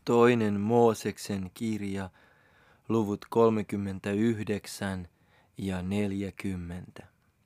Toinen Mooseksen kirja, luvut 39 ja 40.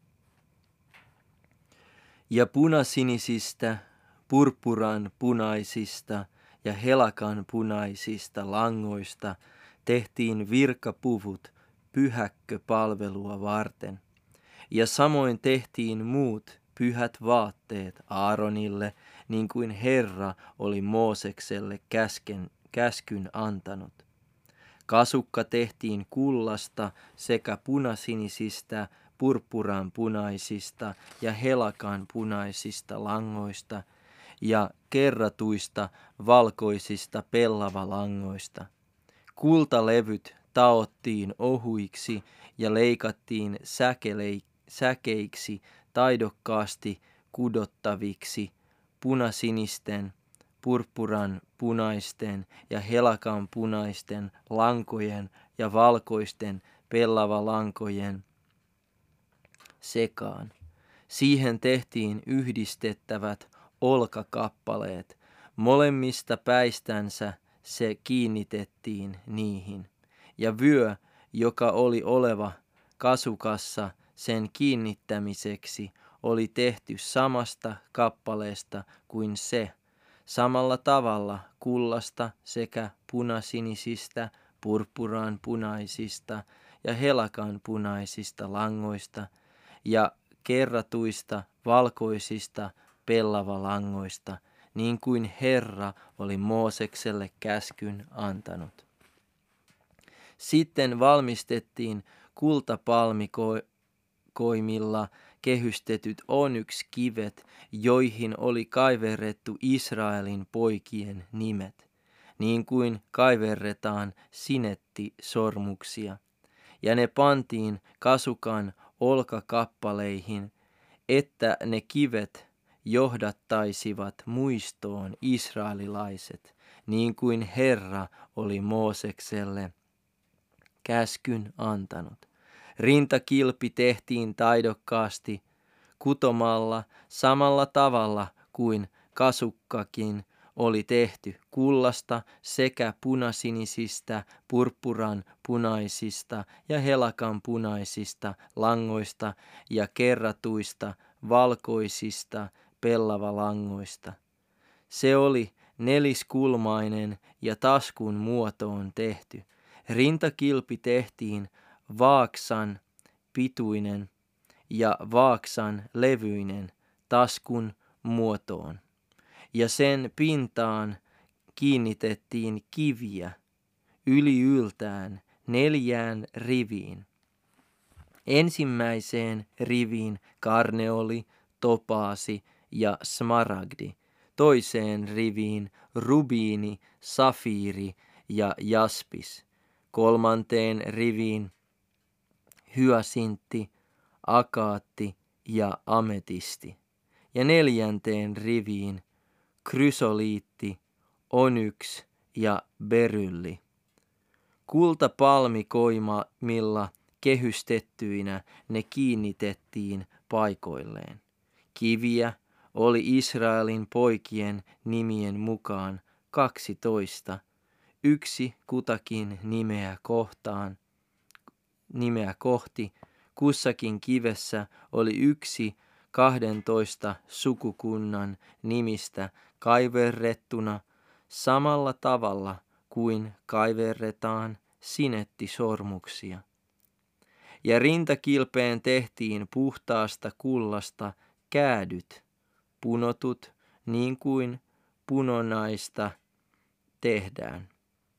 Ja punasinisistä, purppuran punaisista ja helakan punaisista langoista tehtiin virkapuvut pyhäkköpalvelua varten. Ja samoin tehtiin muut pyhät vaatteet Aaronille, niin kuin Herra oli Moosekselle käskyn antanut. Kasukka tehtiin kullasta sekä punasinisistä, purppuran punaisista ja helakan punaisista langoista ja kerratuista valkoisista pellavalangoista. Kultalevyt taottiin ohuiksi ja leikattiin säkeiksi taidokkaasti kudottaviksi punasinisten, purppuran punaisten ja helakan punaisten lankojen ja valkoisten pellavalankojen sekaan. Siihen tehtiin yhdistettävät olkakappaleet, molemmista päistänsä se kiinnitettiin niihin. Ja vyö, joka oli oleva kasukassa sen kiinnittämiseksi, oli tehty samasta kappaleesta kuin se, samalla tavalla kullasta sekä punasinisistä, purppuran punaisista ja helakan punaisista langoista ja kerratuista valkoisista pellavalangoista, niin kuin Herra oli Moosekselle käskyn antanut. Sitten valmistettiin kultapalmikoimilla kehystetyt onyx-kivet, joihin oli kaiverrettu Israelin poikien nimet, niin kuin kaiverretaan sinettisormuksia. Ja ne pantiin kasukan olkakappaleihin, että ne kivet johdattaisivat muistoon israelilaiset, niin kuin Herra oli Moosekselle käskyn antanut. Rintakilpi tehtiin taidokkaasti kutomalla samalla tavalla kuin kasukkakin oli tehty kullasta sekä punasinisistä, purppuran punaisista ja helakan punaisista langoista ja kerratuista valkoisista pellavalangoista. Se oli neliskulmainen ja taskun muotoon tehty. Rintakilpi tehtiin vaaksan pituinen ja vaaksan levyinen taskun muotoon. Ja sen pintaan kiinnitettiin kiviä yliyltään 4 riviin. Ensimmäiseen riviin karneoli, topaasi ja smaragdi. Toiseen riviin rubiini, safiiri ja jaspis. Kolmanteen riviin hyasintti, akaatti ja ametisti. Ja 4. riviin krysoliitti, onyx ja berylli. Kultapalmikoimilla kehystettyinä ne kiinnitettiin paikoilleen. Kiviä oli Israelin poikien nimien mukaan 12, yksi kutakin nimeä kohti. Kussakin kivessä oli yksi 12 sukukunnan nimistä kaiverrettuna samalla tavalla kuin kaiverretaan sinettisormuksia. Ja rintakilpeen tehtiin puhtaasta kullasta käädyt, punotut niin kuin punonaista tehdään.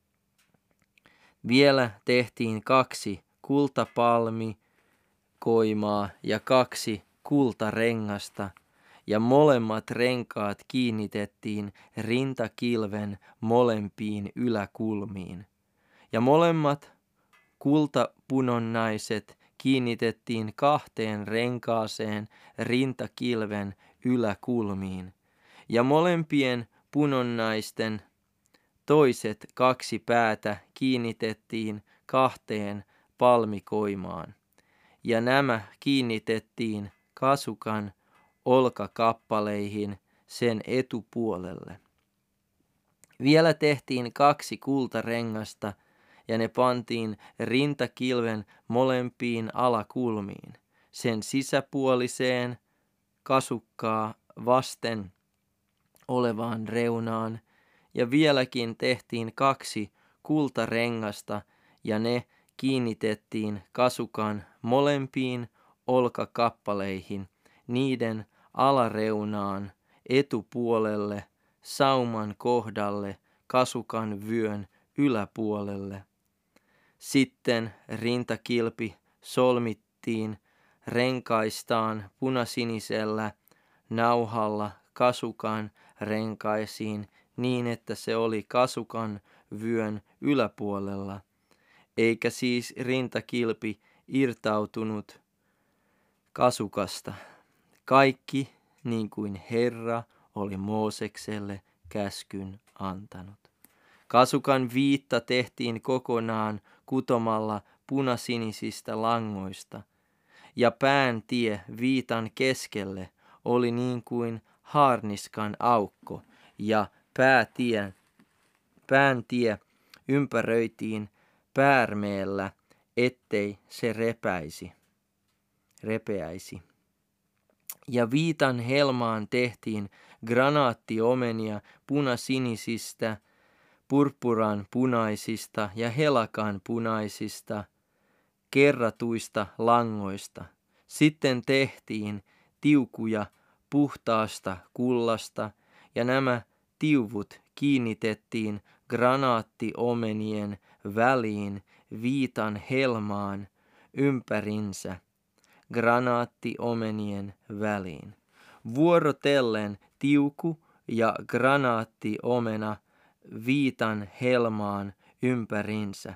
Vielä tehtiin 2 kultapalmikoimaa ja 2 kultarengasta, ja molemmat renkaat kiinnitettiin rintakilven molempiin yläkulmiin. Ja molemmat kultapunonnaiset kiinnitettiin 2 renkaaseen rintakilven yläkulmiin. Ja molempien punonnaisten toiset 2 päätä kiinnitettiin 2 palmikoimaan. Ja nämä kiinnitettiin kasukan olkakappaleihin sen etupuolelle. Vielä tehtiin 2 kultarengasta, ja ne pantiin rintakilven molempiin alakulmiin, sen sisäpuoliseen kasukkaa vasten olevaan reunaan, ja vieläkin tehtiin 2 kultarengasta, ja ne kiinnitettiin kasukan molempiin olkakappaleihin, niiden alareunaan etupuolelle, sauman kohdalle, kasukan vyön yläpuolelle. Sitten rintakilpi solmittiin renkaistaan punasinisellä nauhalla kasukan renkaisiin niin, että se oli kasukan vyön yläpuolella, eikä siis rintakilpi irtautunut kasukasta. Kaikki niin kuin Herra oli Moosekselle käskyn antanut. Kasukan viitta tehtiin kokonaan kutomalla punasinisistä langoista, ja pääntie viitan keskelle oli niin kuin haarniskan aukko, ja pääntie ympäröitiin päärmeellä, ettei se repeäisi. Ja viitan helmaan tehtiin granaattiomenia punasinisistä, purppuran punaisista ja helakan punaisista kerratuista langoista. Sitten tehtiin tiukuja puhtaasta kullasta, ja nämä tiuvut kiinnitettiin granaattionenien väliin viitan helmaan ympärinsä, granaattionenien väliin. Vuorotellen tiuku ja granaattiomena viitan helmaan ympärinsä,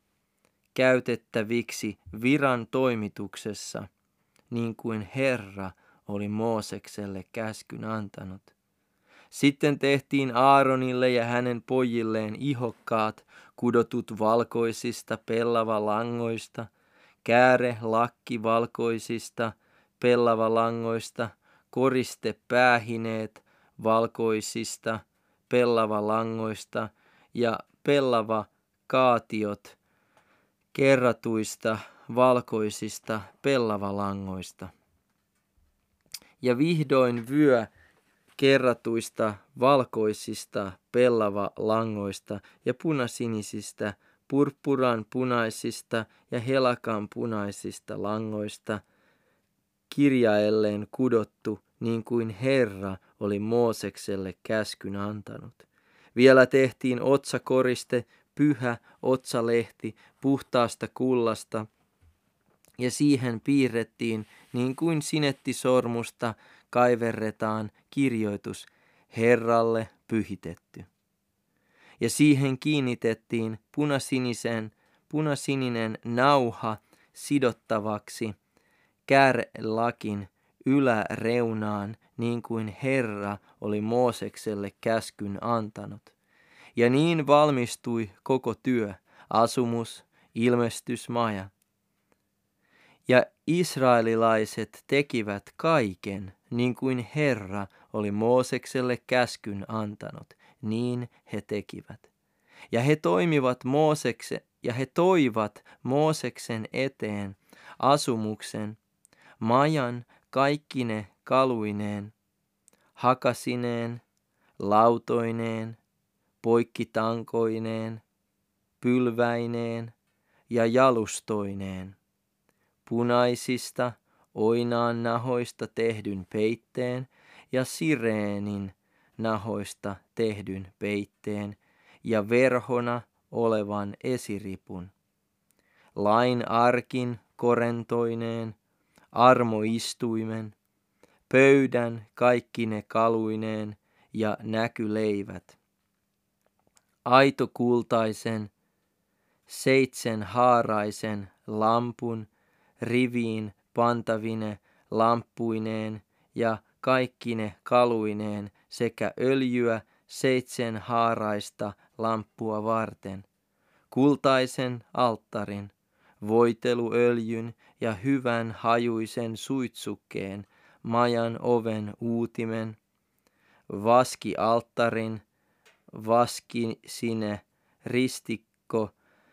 käytettäviksi viran toimituksessa, niin kuin Herra oli Moosekselle käskyn antanut. Sitten tehtiin Aaronille ja hänen pojilleen ihokkaat, kudotut valkoisista pellavalangoista, käärelakki valkoisista pellavalangoista, koristepäähineet valkoisista pellavalangoista ja pellavakaatiot kerratuista valkoisista pellavalangoista. Ja vihdoin vyö kerratuista valkoisista pellavalangoista ja punasinisistä, purppuran punaisista ja helakan punaisista langoista, kirjaelleen kudottu niin kuin Herra oli Moosekselle käskyn antanut. Vielä tehtiin otsakoriste, pyhä otsalehti puhtaasta kullasta, ja siihen piirrettiin niin kuin sinettisormusta kaiverretaan kirjoitus Herralle pyhitetty. Ja siihen kiinnitettiin punasininen nauha sidottavaksi käärelakin yläreunaan niin kuin Herra oli Moosekselle käskyn antanut. Ja niin valmistui koko työ, asumus, ilmestysmaja. Ja israelilaiset tekivät kaiken, niin kuin Herra oli Moosekselle käskyn antanut, niin he tekivät. Ja he toivat Mooseksen eteen asumuksen, majan kaikkine kaluineen, hakasineen, lautoineen, poikkitankoineen, pylväineen ja jalustoineen, punaisista oinaan nahoista tehdyn peitteen ja sireenin nahoista tehdyn peitteen ja verhona olevan esiripun, lain arkin korentoineen, armoistuimen, pöydän kaikkine kaluineen ja näkyleivät, aitokultaisen, 7-haaraisen lampun riviin pantavine lamppuineen ja kaikkine kaluineen sekä öljyä 7-haaraista lamppua varten, kultaisen alttarin, voiteluöljyn ja hyvän hajuisen suitsukkeen, majan oven uutimen, vaskialttarin, vaskisine ristikko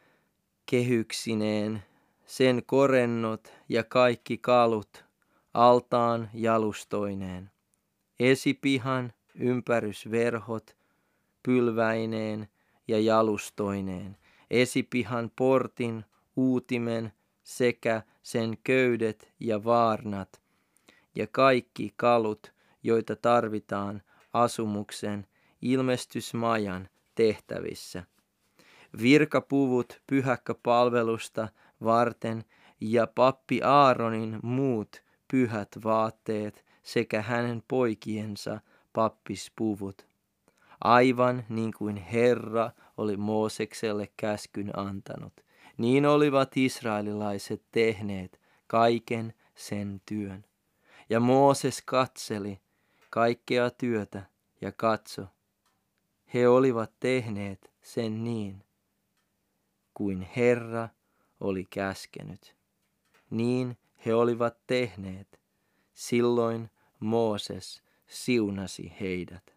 kehyksineen, sen korennot ja kaikki kalut altaan jalustoineen, esipihan ympärysverhot pylväineen ja jalustoineen, esipihan portin uutimen sekä sen köydet ja vaarnat ja kaikki kalut, joita tarvitaan asumuksen ilmestysmajan tehtävissä. Virkapuvut pyhäkköpalvelusta varten ja pappi Aaronin muut pyhät vaatteet sekä hänen poikiensa pappispuvut. Aivan niin kuin Herra oli Moosekselle käskyn antanut, niin olivat israelilaiset tehneet kaiken sen työn. Ja Mooses katseli kaikkea työtä ja katso, he olivat tehneet sen niin, kuin Herra oli käskenyt. Niin he olivat tehneet. Silloin Mooses siunasi heidät.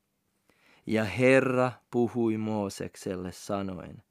Ja Herra puhui Moosekselle sanoen,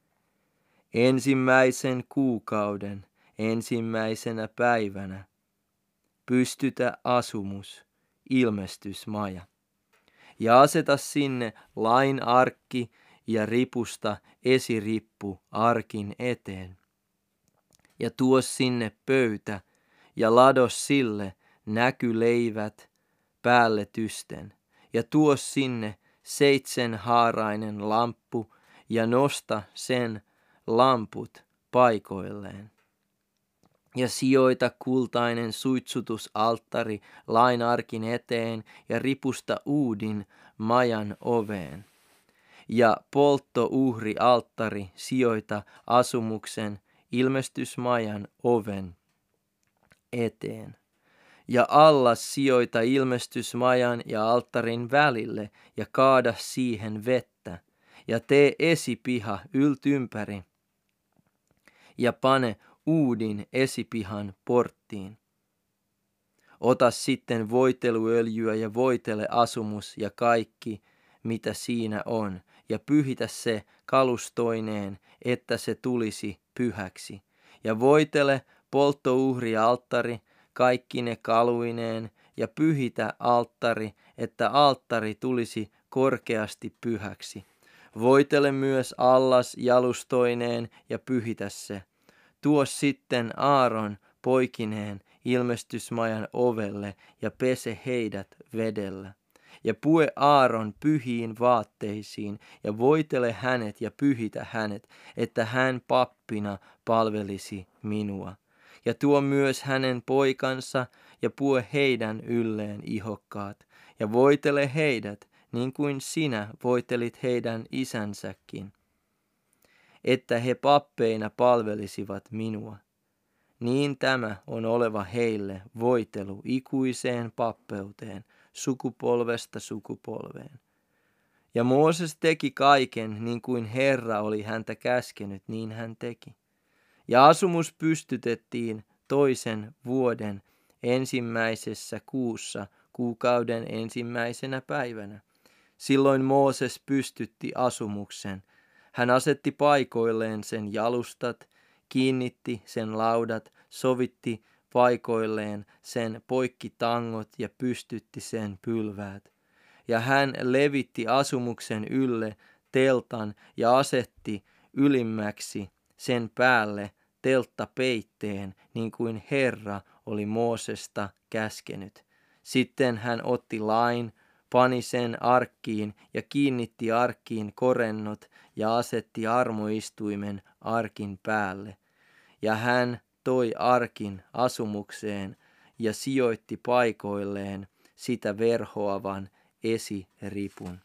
ensimmäisen kuukauden ensimmäisenä päivänä pystytä asumus, ilmestysmaja, ja aseta sinne lain arkki ja ripusta esirippu arkin eteen. Ja tuo sinne pöytä ja lado sille näkyleivät päälletysten. Ja tuo sinne 7-haarainen lamppu ja nosta sen lamput paikoilleen. Ja sijoita kultainen suitsutusalttari lain arkin eteen ja ripusta uudin majan oveen. Ja polttouhrialttari sijoita asumuksen ilmestysmajan oven eteen. Ja allas sijoita ilmestysmajan ja alttarin välille ja kaada siihen vettä. Ja tee esipiha yltympäri ja pane uudin esipihan porttiin. Ota sitten voiteluöljyä ja voitele asumus ja kaikki, mitä siinä on, ja pyhitä se kalustoineen, että se tulisi pyhäksi. Ja voitele polttouhrialttari kaikkine kaluineen, ja pyhitä alttari, että alttari tulisi korkeasti pyhäksi. Voitele myös allas jalustoineen ja pyhitä se. Tuo sitten Aaron poikineen ilmestysmajan ovelle ja pese heidät vedellä. Ja pue Aaron pyhiin vaatteisiin ja voitele hänet ja pyhitä hänet, että hän pappina palvelisi minua. Ja tuo myös hänen poikansa ja pue heidän ylleen ihokkaat ja voitele heidät niin kuin sinä voitelit heidän isänsäkin, että he pappeina palvelisivat minua. Niin tämä on oleva heille voitelu ikuiseen pappeuteen, sukupolvesta sukupolveen. Ja Mooses teki kaiken niin kuin Herra oli häntä käskenyt, niin hän teki. Ja asumus pystytettiin 2. vuoden ensimmäisessä kuussa, kuukauden ensimmäisenä päivänä. Silloin Mooses pystytti asumuksen. Hän asetti paikoilleen sen jalustat, kiinnitti sen laudat, sovitti paikoilleen sen poikkitangot ja pystytti sen pylväät. Ja hän levitti asumuksen ylle teltan ja asetti ylimmäksi sen päälle telttapeitteen, niin kuin Herra oli Moosesta käskenyt. Sitten hän otti lain, pani sen arkkiin ja kiinnitti arkkiin korennot ja asetti armoistuimen arkin päälle. Ja hän toi arkin asumukseen ja sijoitti paikoilleen sitä verhoavan esiripun.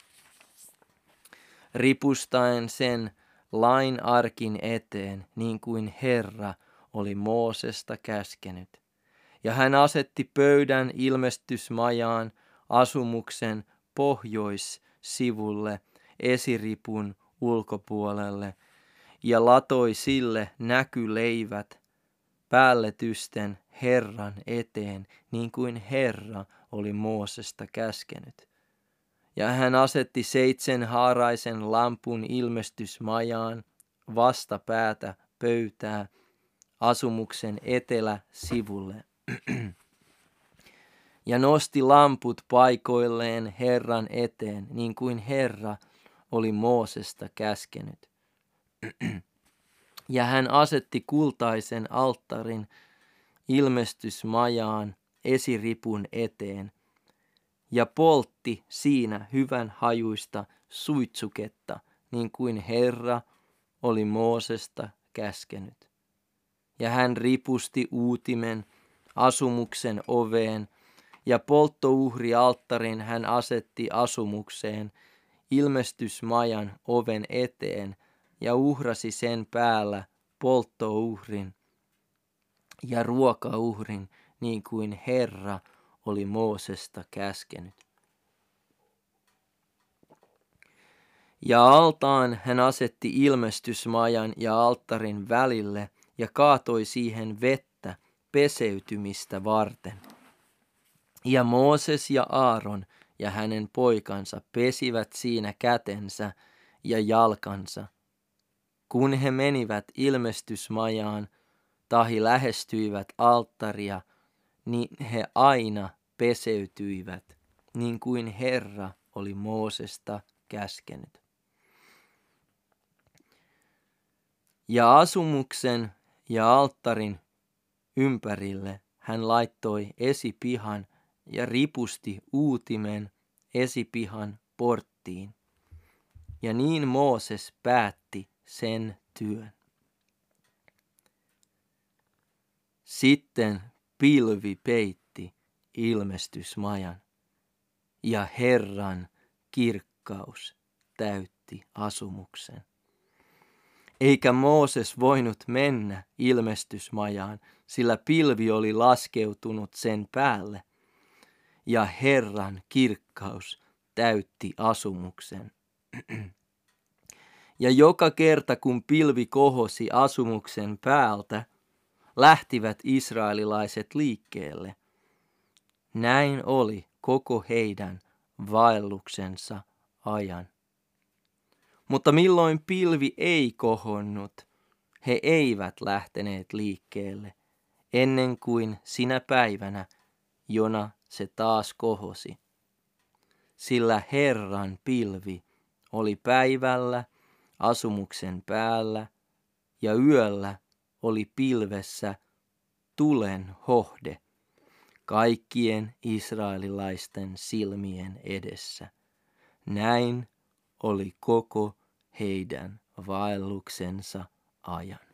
Ripustaen sen lain arkin eteen, niin kuin Herra oli Moosesta käskenyt. Ja hän asetti pöydän ilmestysmajaan asumuksen pohjoissivulle esiripun ulkopuolelle ja latoi sille näkyleivät päälletysten Herran eteen, niin kuin Herra oli Moosesta käskenyt. Ja hän asetti 7-haaraisen lampun ilmestysmajaan vastapäätä pöytää asumuksen eteläsivulle. Ja nosti lamput paikoilleen Herran eteen, niin kuin Herra oli Moosesta käskenyt. Ja hän asetti kultaisen alttarin ilmestysmajaan esiripun eteen ja poltti siinä hyvän hajuista suitsuketta, niin kuin Herra oli Moosesta käskenyt. Ja hän ripusti uutimen asumuksen oveen, ja polttouhrialttarin hän asetti asumukseen ilmestysmajan oven eteen ja uhrasi sen päällä polttouhrin ja ruokauhrin, niin kuin Herra oli Moosesta käskenyt. Ja altaan hän asetti ilmestysmajan ja alttarin välille ja kaatoi siihen vettä peseytymistä varten. Ja Mooses ja Aaron ja hänen poikansa pesivät siinä kätensä ja jalkansa. Kun he menivät ilmestysmajaan tahi lähestyivät alttaria, niin he aina peseytyivät, niin kuin Herra oli Moosesta käskenyt. Ja asumuksen ja alttarin ympärille hän laittoi esipihan ja ripusti uutimen esipihan porttiin. Ja niin Mooses päätti sen työn. Sitten pilvi peitti ilmestysmajan, ja Herran kirkkaus täytti asumuksen. Eikä Mooses voinut mennä ilmestysmajaan, sillä pilvi oli laskeutunut sen päälle, ja Herran kirkkaus täytti asumuksen. Ja joka kerta kun pilvi kohosi asumuksen päältä, lähtivät israelilaiset liikkeelle. Näin oli koko heidän vaelluksensa ajan. Mutta milloin pilvi ei kohonnut, he eivät lähteneet liikkeelle, ennen kuin sinä päivänä, jona se taas kohosi. Sillä Herran pilvi oli päivällä asumuksen päällä, ja yöllä oli pilvessä tulen hohde kaikkien israelilaisten silmien edessä. Näin oli koko heidän vaelluksensa ajan.